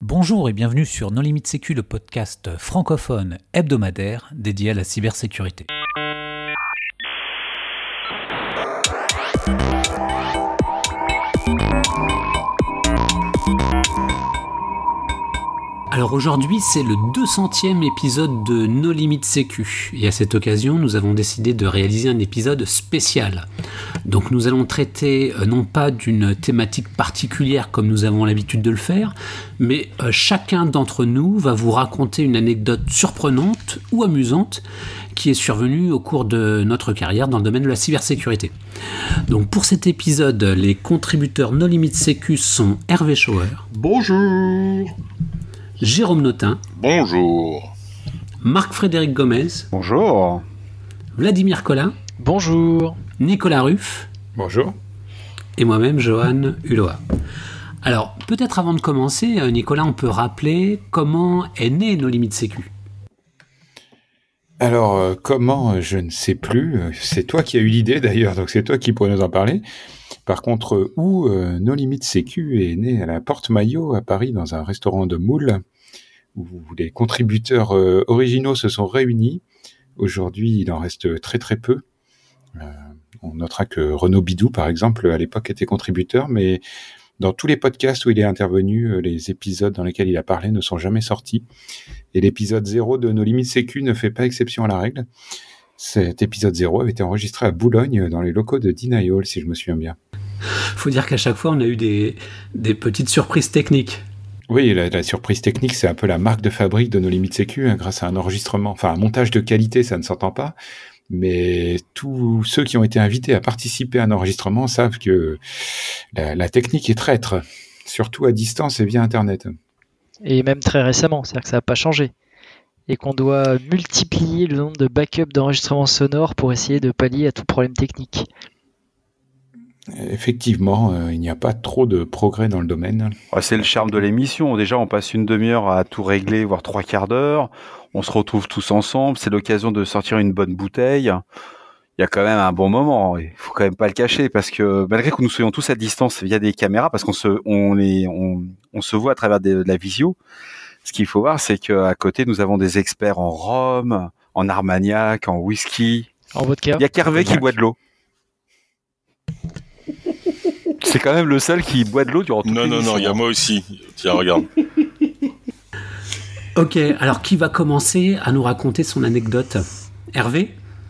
Bonjour et bienvenue sur No Limit Sécu, le podcast francophone hebdomadaire dédié à la cybersécurité. Alors aujourd'hui, c'est le 200e épisode de No Limit Sécu et à cette occasion, nous avons décidé de réaliser un épisode spécial. Donc nous allons traiter non pas d'une thématique particulière comme nous avons l'habitude de le faire, mais chacun d'entre nous va vous raconter une anecdote surprenante ou amusante qui est survenue au cours de notre carrière dans le domaine de la cybersécurité. Donc pour cet épisode, les contributeurs No Limit Sécu sont Hervé Schauer. Bonjour. Jérôme Notin. Bonjour. Marc-Frédéric Gomez. Bonjour. Vladimir Collin. Bonjour. Nicolas Ruff. Bonjour. Et moi-même, Johan Hulot. Alors, peut-être avant de commencer, Nicolas, on peut rappeler comment est né No Limit Sécu. Alors, comment, je ne sais plus. C'est toi qui as eu l'idée d'ailleurs, donc c'est toi qui pourrais nous en parler. Par contre, où No Limit Sécu est né à la Porte Maillot à Paris, dans un restaurant de moules, où les contributeurs originaux se sont réunis. Aujourd'hui, il en reste très très peu. On notera que Renaud Bidou, par exemple, à l'époque était contributeur, mais dans tous les podcasts où il est intervenu, les épisodes dans lesquels il a parlé ne sont jamais sortis. Et l'épisode 0 de No Limit Sécu ne fait pas exception à la règle. Cet épisode 0 avait été enregistré à Boulogne, dans les locaux de Denial, si je me souviens bien. Faut dire qu'à chaque fois, on a eu des petites surprises techniques. Oui, la surprise technique, c'est un peu la marque de fabrique de No Limit Sécu, grâce à un enregistrement, enfin un montage de qualité, ça ne s'entend pas. Mais tous ceux qui ont été invités à participer à un enregistrement savent que la technique est traître, surtout à distance et via Internet. Et même très récemment, c'est-à-dire que ça n'a pas changé. Et qu'on doit multiplier le nombre de backups d'enregistrements sonores pour essayer de pallier à tout problème technique. Effectivement, il n'y a pas trop de progrès dans le domaine. C'est le charme de l'émission. Déjà, on passe une demi-heure à tout régler, voire 3/4 d'heure. On se retrouve tous ensemble. C'est l'occasion de sortir une bonne bouteille. Il y a quand même un bon moment. Il faut quand même pas le cacher parce que malgré que nous soyons tous à distance via des caméras, parce qu'on se voit à travers de la visio. Ce qu'il faut voir, c'est qu'à côté, nous avons des experts en rhum, en armagnac, en whisky. En vodka. Il y a qu'Hervé qui boit de l'eau. C'est quand même le seul qui boit de l'eau durant toute l'émission. Non, il y a moi aussi. Tiens, regarde. Ok, alors qui va commencer à nous raconter son anecdote ? Hervé ?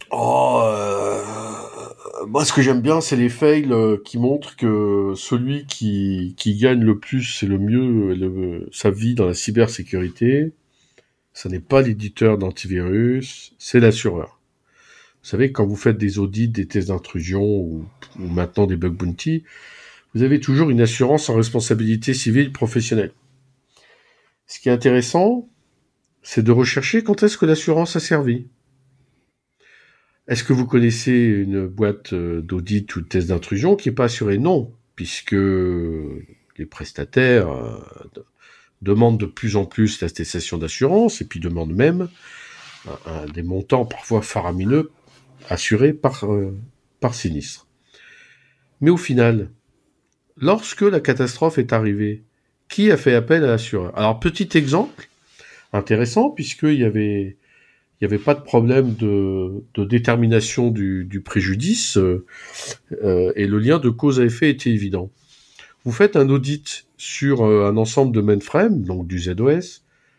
Moi, ce que j'aime bien, c'est les fails qui montrent que celui qui gagne le plus et le mieux sa vie dans la cybersécurité, ça n'est pas l'éditeur d'antivirus, c'est l'assureur. Vous savez, quand vous faites des audits, des tests d'intrusion ou maintenant des bug bounty, vous avez toujours une assurance en responsabilité civile professionnelle. Ce qui est intéressant, c'est de rechercher quand est-ce que l'assurance a servi. Est-ce que vous connaissez une boîte d'audit ou de test d'intrusion qui n'est pas assurée ? Non, puisque les prestataires demandent de plus en plus l'attestation d'assurance et puis demandent même des montants parfois faramineux assurés par sinistre. Mais au final, lorsque la catastrophe est arrivée, qui a fait appel à l'assureur ? Alors, petit exemple intéressant, puisqu'il y avait pas de problème de détermination du préjudice et le lien de cause à effet était évident. Vous faites un audit sur un ensemble de mainframe, donc du ZOS.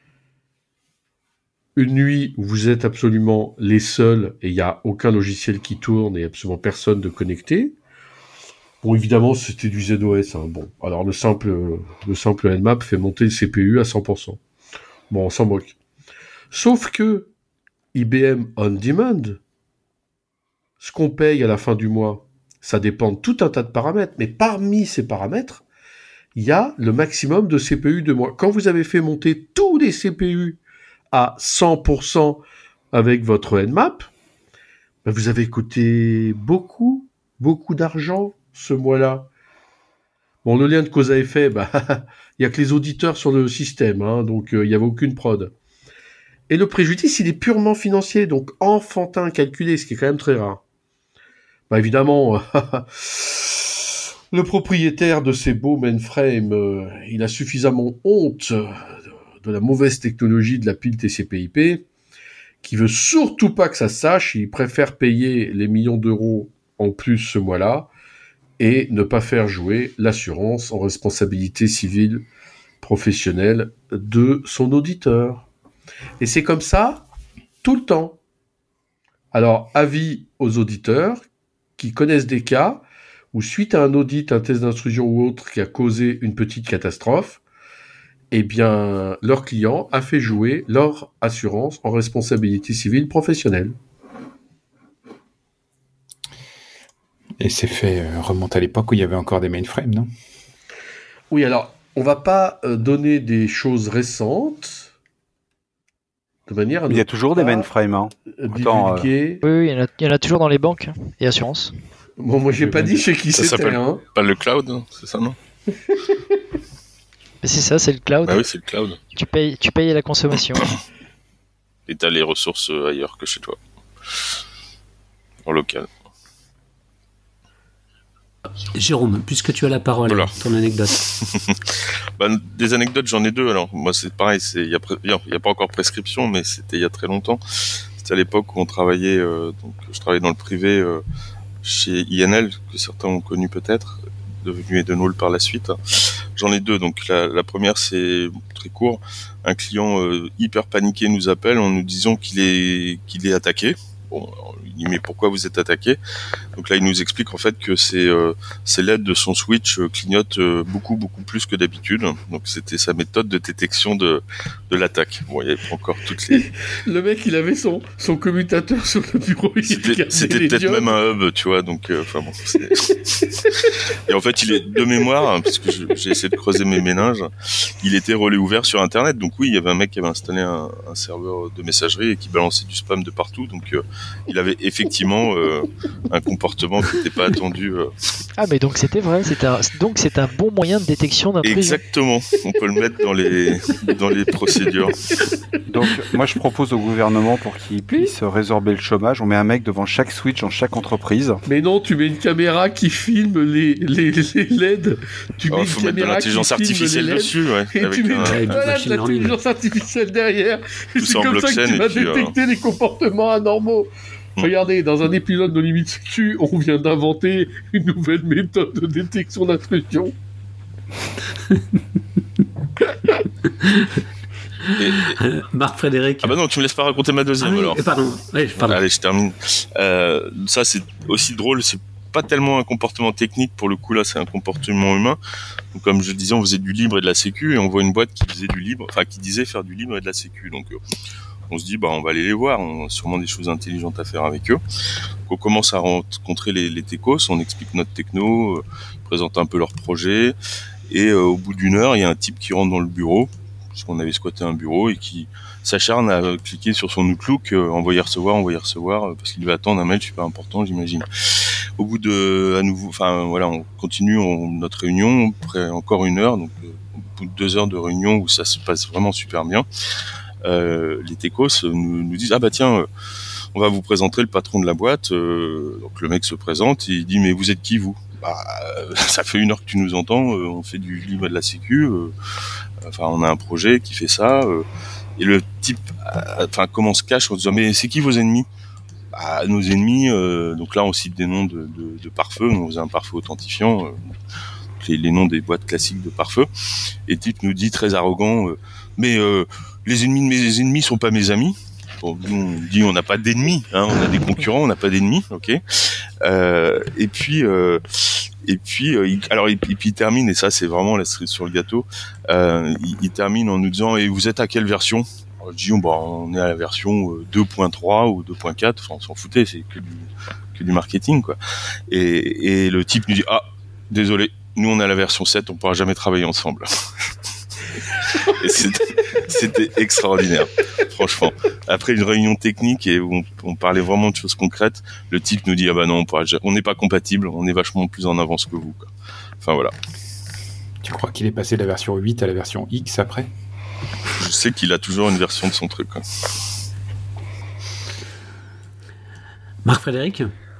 Une nuit où vous êtes absolument les seuls et il n'y a aucun logiciel qui tourne et absolument personne de connecté. Bon, évidemment, c'était du ZOS. Bon, alors le simple Nmap fait monter le CPU à 100%. Bon, on s'en moque. Sauf que IBM On Demand, ce qu'on paye à la fin du mois, ça dépend de tout un tas de paramètres. Mais parmi ces paramètres, il y a le maximum de CPU de mois. Quand vous avez fait monter tous les CPU à 100% avec votre Nmap, ben vous avez coûté beaucoup d'argent ce mois-là. Bon, le lien de cause à effet, il y a que les auditeurs sur le système, donc il n'y avait aucune prod. Et le préjudice, il est purement financier, donc enfantin calculé, ce qui est quand même très rare. Évidemment, Le propriétaire de ces beaux mainframes, il a suffisamment honte de la mauvaise technologie de la pile TCP/IP, qui veut surtout pas que ça se sache. Il préfère payer les millions d'euros en plus ce mois-là et ne pas faire jouer l'assurance en responsabilité civile professionnelle de son auditeur. Et c'est comme ça tout le temps. Alors, avis aux auditeurs qui connaissent des cas où, suite à un audit, un test d'intrusion ou autre qui a causé une petite catastrophe, eh bien, leur client a fait jouer leur assurance en responsabilité civile professionnelle. Et c'est fait remonte à l'époque où il y avait encore des mainframes, non? Oui, alors, on va pas donner des choses récentes de manière à Il y a toujours des mainframes. Hein. divulguer. Oui, il y en a toujours dans les banques et assurances. Bon, moi, j'ai pas dit chez qui Ça c'était. s'appelle Hein. pas le cloud, hein, c'est ça, non? Mais c'est ça, c'est le cloud. Bah oui, c'est le cloud. Tu payes à la consommation. Et t'as les ressources ailleurs que chez toi. En local. Jérôme, puisque tu as la parole, Voilà. ton anecdote. Des anecdotes, j'en ai deux. Alors, moi, c'est pareil, il y a pas encore prescription, mais c'était il y a très longtemps. C'était à l'époque où on travaillait, donc je travaillais dans le privé chez INL, que certains ont connu peut-être, devenu Edenall par la suite. J'en ai deux. Donc la première, c'est très court. Un client hyper paniqué nous appelle en nous disant qu'il est attaqué. Bon, alors, il dit mais pourquoi vous êtes attaqué? Donc là, il nous explique en fait que c'est l'aide de son switch clignote beaucoup plus que d'habitude. Donc c'était sa méthode de détection de l'attaque. Bon, il y avait pas encore toutes les. Le mec, il avait son commutateur sur le bureau. C'était peut-être même un hub, tu vois. Donc, enfin bon. Et en fait, il est de mémoire, hein, parce que j'ai essayé de creuser mes méninges. Il était relais ouvert sur Internet. Donc oui, il y avait un mec qui avait installé un serveur de messagerie et qui balançait du spam de partout. Donc il avait effectivement un comportement qui n'était pas attendu. Ah, mais donc c'était vrai. Donc c'est un bon moyen de détection d'intrusion. Exactement. On peut le mettre dans les procédures. Donc, moi, je propose au gouvernement pour qu'il puisse résorber le chômage, on met un mec devant chaque switch dans chaque entreprise. Mais non, tu mets une caméra qui filme les LED. Tu mets Faut une mettre de caméra l'intelligence qui filme artificielle les LED, dessus, ouais. et Avec tu mets avec voilà, machine de learning. l'intelligence artificielle derrière. Et Tout c'est ça en comme ça que blockchain, tu vas et puis, détecter les comportements anormaux. Regardez, dans un épisode de Limite Sécu, on vient d'inventer une nouvelle méthode de détection d'intrusion. Marc Frédéric. Ah bah non, tu me laisses pas raconter ma deuxième oui, alors. pardon. Oui, pardon. Allez, je termine. Ça, c'est aussi drôle. C'est pas tellement un comportement technique pour le coup. Là, c'est un comportement humain. Donc, comme je disais, on faisait du libre et de la sécu, et on voit une boîte qui faisait du libre, enfin qui disait faire du libre et de la sécu. Donc, on se dit, bah, on va aller les voir. On a sûrement des choses intelligentes à faire avec eux. Donc, on commence à rencontrer les techos. On explique notre techno, présente un peu leur projet, et au bout d'une heure, il y a un type qui rentre dans le bureau, parce qu'on avait squatté un bureau, et qui s'acharne à cliquer sur son Outlook, envoyer recevoir, parce qu'il devait attendre un mail super important, j'imagine. Au bout de, à nouveau, enfin voilà, on continue notre réunion, après encore une heure, donc au bout de 2 heures de réunion où ça se passe vraiment super bien, les techos nous disent, ah bah tiens, on va vous présenter le patron de la boîte. Donc le mec se présente et il dit, mais vous êtes qui vous? Bah, ça fait 1 heure que tu nous entends, on fait du libre et de la sécu, enfin on a un projet qui fait ça, et le type commence cache en disant, mais c'est qui vos ennemis? Bah, nos ennemis, donc là on cite des noms de pare-feu, on faisait un pare-feu authentifiant, les noms des boîtes classiques de pare-feu, et le type nous dit très arrogant, mais les ennemis de mes ennemis sont pas mes amis. Bon, nous, on dit on n'a pas d'ennemis, hein, on a des concurrents, on n'a pas d'ennemis, ok. Et puis il termine, et ça c'est vraiment la cerise sur le gâteau. Il termine en nous disant, et vous êtes à quelle version? Alors, je dis on est à la version 2.3 ou 2.4, enfin on s'en foutait, c'est que du marketing quoi. Et le type nous dit, ah désolé, nous on est à la version 7, on pourra jamais travailler ensemble. Et c'était extraordinaire, franchement. Après une réunion technique et où on parlait vraiment de choses concrètes, le type nous dit, ah bah non, on n'est pas compatible, on est vachement plus en avance que vous, quoi. Enfin voilà. Tu crois qu'il est passé de la version 8 à la version X après? Je sais qu'il a toujours une version de son truc, quoi. Marc Frédéric?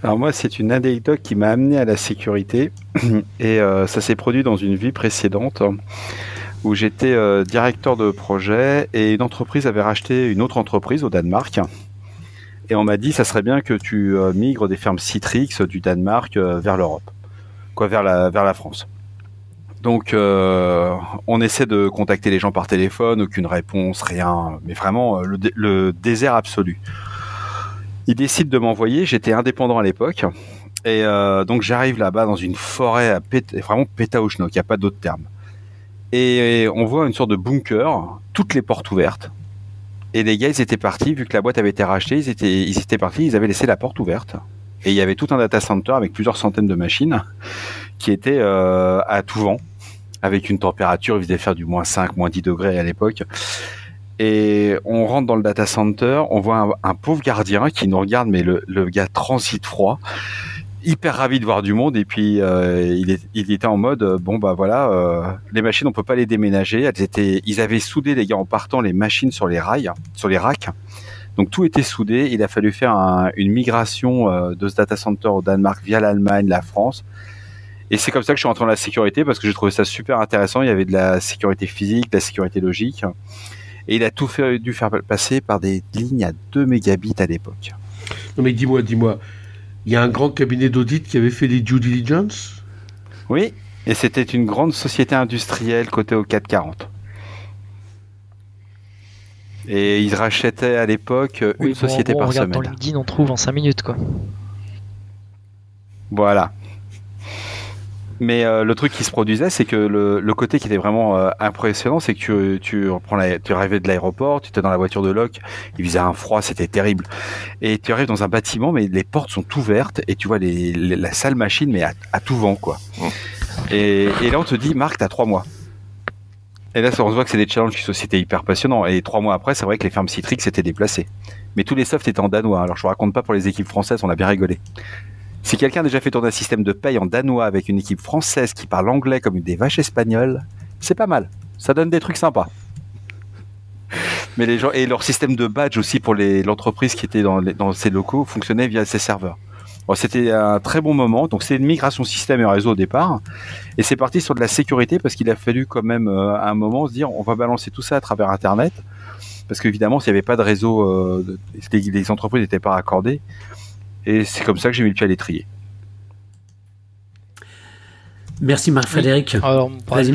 Alors moi, c'est une anecdote qui m'a amené à la sécurité et ça s'est produit dans une vie précédente où j'étais directeur de projet et une entreprise avait racheté une autre entreprise au Danemark et on m'a dit ça serait bien que tu migres des fermes Citrix du Danemark vers l'Europe, vers la France. Donc on essaie de contacter les gens par téléphone, aucune réponse, rien, mais vraiment le désert absolu. Ils décident de m'envoyer, j'étais indépendant à l'époque, et donc j'arrive là-bas dans une forêt vraiment pétaouchnok, il n'y a pas d'autre terme. Et on voit une sorte de bunker, toutes les portes ouvertes. Et les gars, ils étaient partis, vu que la boîte avait été rachetée, ils étaient partis, ils avaient laissé la porte ouverte. Et il y avait tout un data center avec plusieurs centaines de machines qui étaient à tout vent, avec une température, il faisait faire du -5, -10 degrés à l'époque. Et on rentre dans le data center, on voit un pauvre gardien qui nous regarde, mais le gars transite froid, hyper ravi de voir du monde. Et puis il était en mode les machines on peut pas les déménager. Ils avaient soudé les gars en partant les machines sur les rails, sur les racks. Donc tout était soudé. Il a fallu faire une migration de ce data center au Danemark via l'Allemagne, la France. Et c'est comme ça que je suis rentré dans la sécurité parce que j'ai trouvé ça super intéressant. Il y avait de la sécurité physique, de la sécurité logique. Et il a dû faire passer par des lignes à 2 mégabits à l'époque. Non mais dis-moi, il y a un grand cabinet d'audit qui avait fait les due diligence ? Oui, et c'était une grande société industrielle cotée au 440. Et ils rachetaient à l'époque une société par semaine. On regarde dans LinkedIn, on trouve en 5 minutes, quoi. Voilà. Mais le truc qui se produisait, c'est que le côté qui était vraiment impressionnant, c'est que tu arrivais de l'aéroport, tu étais dans la voiture de loc, il faisait un froid, c'était terrible. Et tu arrives dans un bâtiment, mais les portes sont ouvertes et tu vois la salle machine, mais à tout vent, quoi. Et là, on te dit, Marc, t'as 3 mois. Et là, on se voit que c'est des challenges qui c'était hyper passionnant. Et 3 mois après, c'est vrai que les fermes Citrix s'étaient déplacées. Mais tous les softs étaient en danois. Alors, je vous raconte pas pour les équipes françaises, on a bien rigolé. Si quelqu'un a déjà fait tourner un système de paye en danois avec une équipe française qui parle anglais comme des vaches espagnoles, c'est pas mal. Ça donne des trucs sympas. Mais les gens, et leur système de badge aussi pour l'entreprise qui était dans ces locaux fonctionnait via ces serveurs. Bon, c'était un très bon moment. Donc c'est une migration système et réseau au départ. Et c'est parti sur de la sécurité parce qu'il a fallu quand même à un moment se dire on va balancer tout ça à travers Internet. Parce qu'évidemment, s'il n'y avait pas de réseau, les entreprises n'étaient pas raccordées. Et c'est comme ça que j'ai mis le pied à l'étrier. Merci Marc-Frédéric. Alors,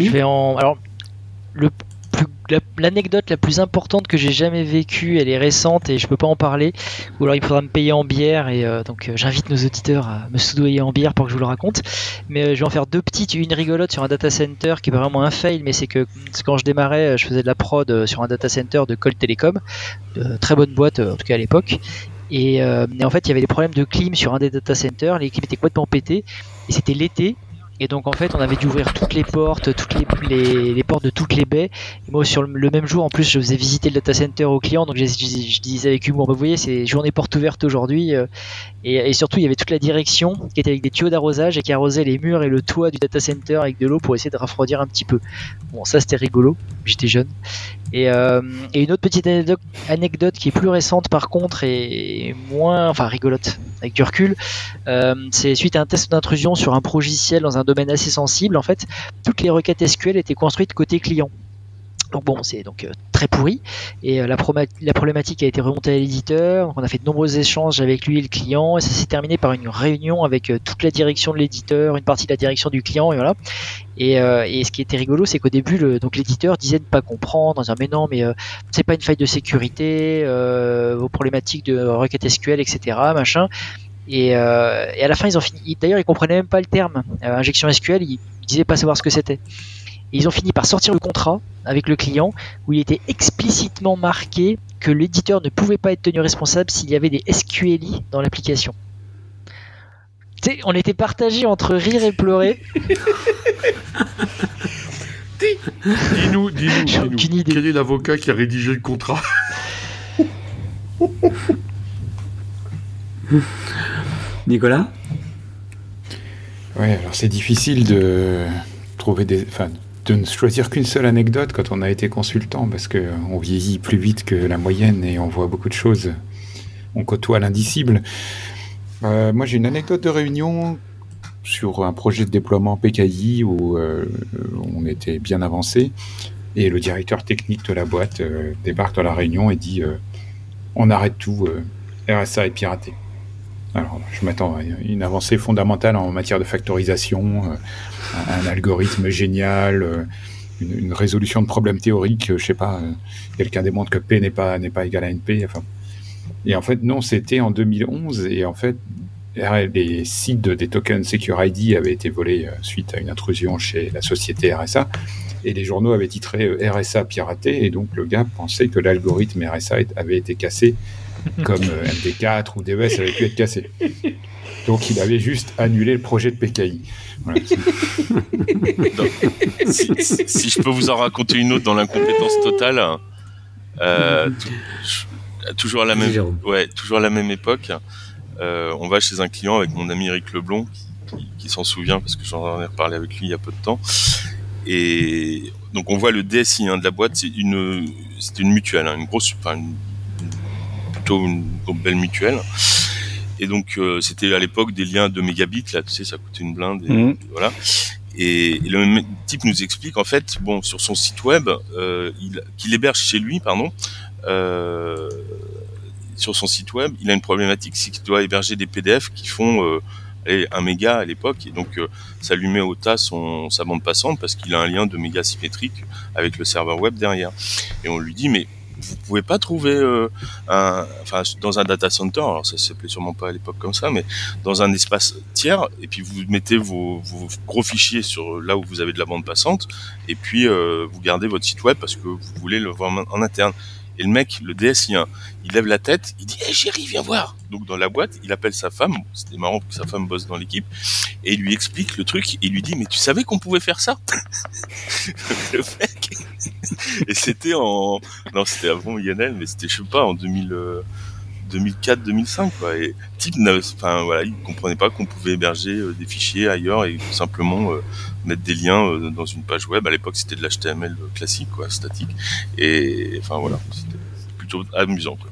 l'anecdote la plus importante que j'ai jamais vécue, elle est récente et je peux pas en parler. Ou alors il faudra me payer en bière et donc j'invite nos auditeurs à me soudoyer en bière pour que je vous le raconte. Mais je vais en faire 2 petites, une rigolote sur un data center qui est pas vraiment un fail, mais c'est que quand je démarrais, je faisais de la prod sur un data center de Colt Telecom, de très bonne boîte en tout cas à l'époque. Et en fait, il y avait des problèmes de clim sur un des data centers, les clims étaient complètement pétés, et c'était l'été. Et donc en fait on avait dû ouvrir toutes les portes, toutes les portes de toutes les baies. Et moi sur le même jour en plus je faisais visiter le data center aux clients, donc je disais avec humour, vous voyez c'est journée porte ouverte aujourd'hui. Et surtout il y avait toute la direction qui était avec des tuyaux d'arrosage et qui arrosait les murs et le toit du data center avec de l'eau pour essayer de refroidir un petit peu. Bon ça c'était rigolo, j'étais jeune. Et une autre petite anecdote qui est plus récente par contre et moins, enfin rigolote avec du recul, c'est suite à un test d'intrusion sur un progiciel dans un domaine assez sensible. En fait, toutes les requêtes SQL étaient construites côté client. Donc bon, c'est donc très pourri. Et la problématique a été remontée à l'éditeur. On a fait de nombreux échanges avec lui et le client. Et ça s'est terminé par une réunion avec toute la direction de l'éditeur, une partie de la direction du client. Et voilà. Et ce qui était rigolo, c'est qu'au début, donc l'éditeur disait ne pas comprendre, en disant mais non, mais c'est pas une faille de sécurité, vos problématiques de requêtes SQL, etc. Machin. Et à la fin, ils ont fini. D'ailleurs, ils comprenaient même pas le terme injection SQL. Ils disaient pas savoir ce que c'était. Et ils ont fini par sortir le contrat avec le client où il était explicitement marqué que l'éditeur ne pouvait pas être tenu responsable s'il y avait des SQLI dans l'application. Tu sais, on était partagés entre rire et pleurer. Dis-nous, quel est l'avocat qui a rédigé le contrat? Nicolas? Ouais, alors c'est difficile de trouver de ne choisir qu'une seule anecdote quand on a été consultant, parce qu'on vieillit plus vite que la moyenne et on voit beaucoup de choses, on côtoie l'indicible. Moi, j'ai une anecdote de réunion sur un projet de déploiement PKI où on était bien avancé et le directeur technique de la boîte débarque dans la réunion et dit on arrête tout, RSA est piraté. Alors, je m'attends à une avancée fondamentale en matière de factorisation, un algorithme génial, une résolution de problèmes théoriques, je sais pas, quelqu'un démontre que P n'est pas égal à NP, enfin. Et en fait, non, c'était en 2011, et en fait, les sites des tokens Secure ID avaient été volés suite à une intrusion chez la société RSA, et les journaux avaient titré RSA piraté, et donc le gars pensait que l'algorithme RSA avait été cassé, comme MD4 ou DES avait pu être cassé. Donc il avait juste annulé le projet de PKI. Voilà. Donc, si je peux vous en raconter une autre dans l'incompétence totale, toujours à la même époque, on va chez un client avec mon ami Eric Leblond qui s'en souvient parce que j'en ai reparlé avec lui il y a peu de temps. Et donc on voit le DSI de la boîte, c'était une mutuelle, plutôt une belle mutuelle. Et donc c'était à l'époque des liens de mégabits, là tu sais, ça coûtait une blinde, et voilà. Et le type nous explique en fait, sur son site web, qu'il héberge chez lui, sur son site web, il a une problématique, c'est qu'il doit héberger des PDF qui font 1 méga à l'époque, et donc ça lui met au tas sa bande passante parce qu'il a un lien de méga symétrique avec le serveur web derrière. Et on lui dit mais vous pouvez pas trouver dans un data center, alors ça s'appelait sûrement pas à l'époque comme ça, mais dans un espace tiers, et puis vous mettez vos gros fichiers sur là où vous avez de la bande passante, et puis vous gardez votre site web parce que vous voulez le voir en interne. Et le mec, le DSI, il lève la tête, il dit hey, chérie, viens voir. Donc dans la boîte, il appelle sa femme, c'était marrant que sa femme bosse dans l'équipe, et il lui explique le truc, et il lui dit mais tu savais qu'on pouvait faire ça? Le mec. Et c'était c'était avant INL, mais c'était je sais pas en 2004-2005 quoi. Et type il comprenait pas qu'on pouvait héberger des fichiers ailleurs et tout simplement mettre des liens dans une page web. À l'époque c'était de l'HTML classique quoi, statique, et c'était plutôt amusant quoi.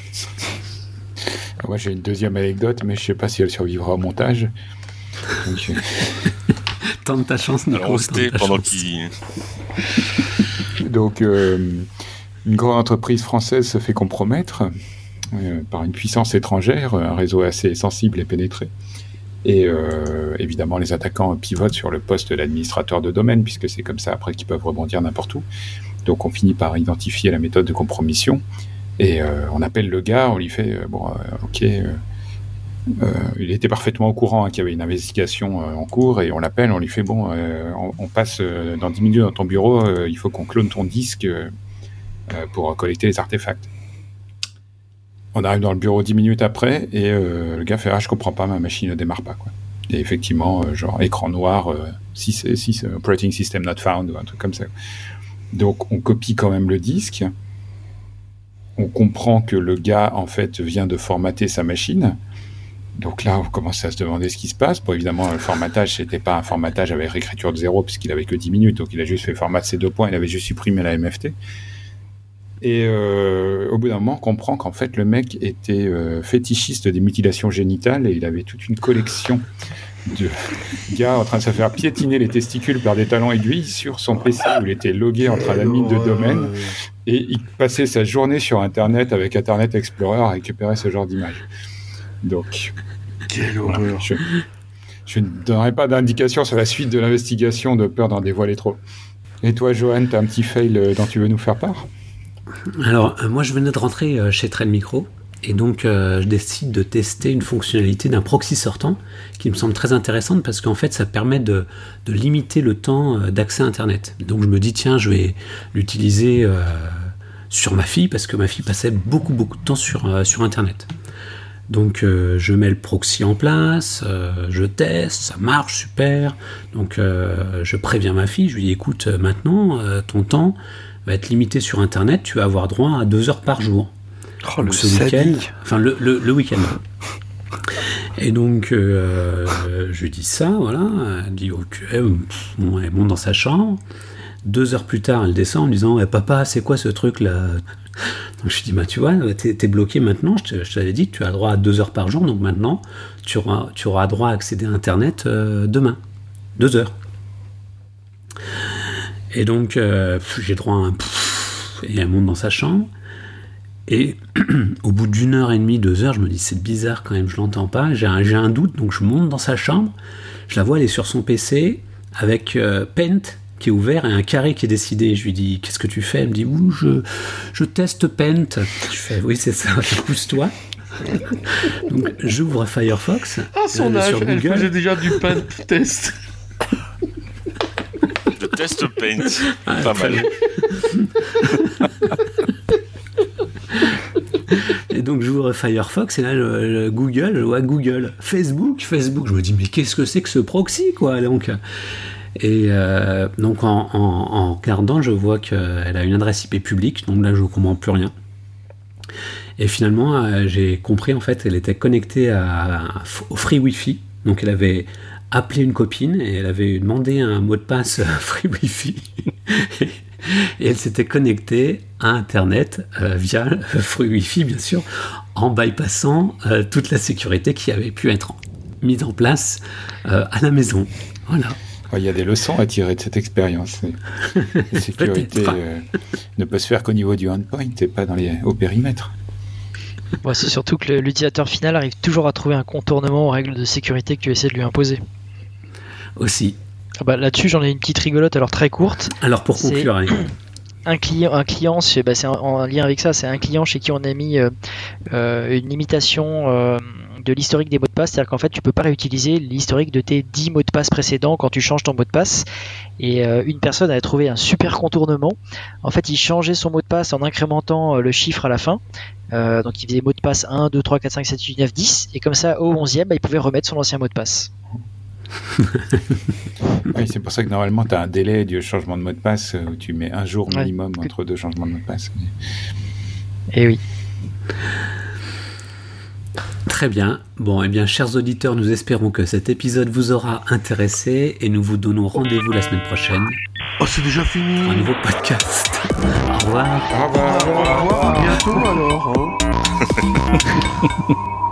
Moi j'ai une deuxième anecdote, mais je sais pas si elle survivra au montage. Donc, tente ta chance, Nico. Alors c'était pendant qu'il... Donc une grande entreprise française se fait compromettre par une puissance étrangère, un réseau assez sensible et pénétré. Et évidemment, les attaquants pivotent sur le poste d'administrateur de domaine, puisque c'est comme ça après qu'ils peuvent rebondir n'importe où. Donc on finit par identifier la méthode de compromission, et on appelle le gars, on lui fait il était parfaitement au courant qu'il y avait une investigation en cours, et on l'appelle, on lui fait on passe dans 10 minutes dans ton bureau, il faut qu'on clone ton disque pour collecter les artefacts. On arrive dans le bureau 10 minutes après, et le gars fait je comprends pas, ma machine ne démarre pas quoi. Et effectivement, écran noir, operating system not found, ou un truc comme ça. Donc on copie quand même le disque, on comprend que le gars en fait vient de formater sa machine. Donc là, on commence à se demander ce qui se passe. Bon, évidemment, le formatage, c'était pas un formatage avec réécriture de 0, puisqu'il avait que 10 minutes, donc il a juste fait format de ces 2 points, il avait juste supprimé la MFT. Et au bout d'un moment, on comprend qu'en fait, le mec était fétichiste des mutilations génitales, et il avait toute une collection de gars en train de se faire piétiner les testicules par des talons aiguilles sur son PC, où il était logué entre un admin de domaine, et il passait sa journée sur Internet avec Internet Explorer à récupérer ce genre d'images. Donc, quelle horreur. Je ne donnerai pas d'indication sur la suite de l'investigation, de peur d'en dévoiler trop. Et toi, Johan, t'as un petit fail dont tu veux nous faire part? Alors, moi, je venais de rentrer chez Trend Micro, et donc je décide de tester une fonctionnalité d'un proxy sortant qui me semble très intéressante parce qu'en fait, ça permet de limiter le temps d'accès à Internet. Donc, je me dis, tiens, je vais l'utiliser sur ma fille parce que ma fille passait beaucoup de temps sur Internet. Donc je mets le proxy en place, je teste, ça marche super. Donc je préviens ma fille, je lui dis écoute, maintenant ton temps va être limité sur Internet, tu vas avoir droit à 2 heures par jour. Oh, donc, ce week-end, enfin le week-end. Et donc je lui dis ça, voilà, elle dit ok, bon, elle monte dans sa chambre. 2 heures plus tard, elle descend en me disant « Papa, c'est quoi ce truc-là ?» Donc je lui dis « Bah tu vois, t'es bloqué maintenant, je t'avais dit que tu as droit à 2 heures par jour, donc maintenant, tu auras droit à accéder à Internet demain. 2 heures. » Et donc, j'ai droit à un... Et elle monte dans sa chambre. Et au bout d'1h30, 2 heures, je me dis c'est bizarre quand même, je l'entends pas. J'ai un doute, donc je monte dans sa chambre. Je la vois, elle est sur son PC avec Paint qui est ouvert et un carré qui est décidé. Je lui dis qu'est-ce que tu fais? Elle me dit je teste Paint. Je fais oui c'est ça, pousse-toi. Donc j'ouvre Firefox. Ah son âge, elle faisait déjà du Paint test. Le test Paint, pas mal. Et donc j'ouvre Firefox et là le Google, je vois Google, Facebook, je me dis mais qu'est-ce que c'est que ce proxy quoi donc. Et donc en regardant je vois qu'elle a une adresse IP publique, donc là je comprends plus rien. Et finalement j'ai compris en fait elle était connectée au Free Wi-Fi, donc elle avait appelé une copine et elle avait demandé un mot de passe Free Wi-Fi. Et elle s'était connectée à Internet via Free Wi-Fi, bien sûr, en bypassant toute la sécurité qui avait pu être mise en place à la maison. Voilà. Il y a des leçons à tirer de cette expérience. La sécurité ne peut se faire qu'au niveau du endpoint et pas au périmètre. Ouais, c'est surtout que l'utilisateur final arrive toujours à trouver un contournement aux règles de sécurité que tu essaies de lui imposer. Aussi. Ah bah, là-dessus, j'en ai une petite rigolote, alors très courte. Alors pour conclure, un client, c'est en lien avec ça, c'est un client chez qui on a mis une limitation de l'historique des mots de passe, c'est-à-dire qu'en fait, tu peux pas réutiliser l'historique de tes 10 mots de passe précédents quand tu changes ton mot de passe. Et une personne avait trouvé un super contournement. En fait, il changeait son mot de passe en incrémentant le chiffre à la fin. Donc il faisait mot de passe 1, 2, 3, 4, 5, 7, 8, 9, 10. Et comme ça, au 11e, il pouvait remettre son ancien mot de passe. Oui, c'est pour ça que normalement tu as un délai du changement de mot de passe où tu mets un jour minimum entre 2 changements de mot de passe. Et oui. Très bien. Bon, eh bien, chers auditeurs, nous espérons que cet épisode vous aura intéressé et nous vous donnons rendez-vous la semaine prochaine. Oh, c'est déjà fini. Pour un nouveau podcast. Au revoir. Au revoir. À bientôt alors.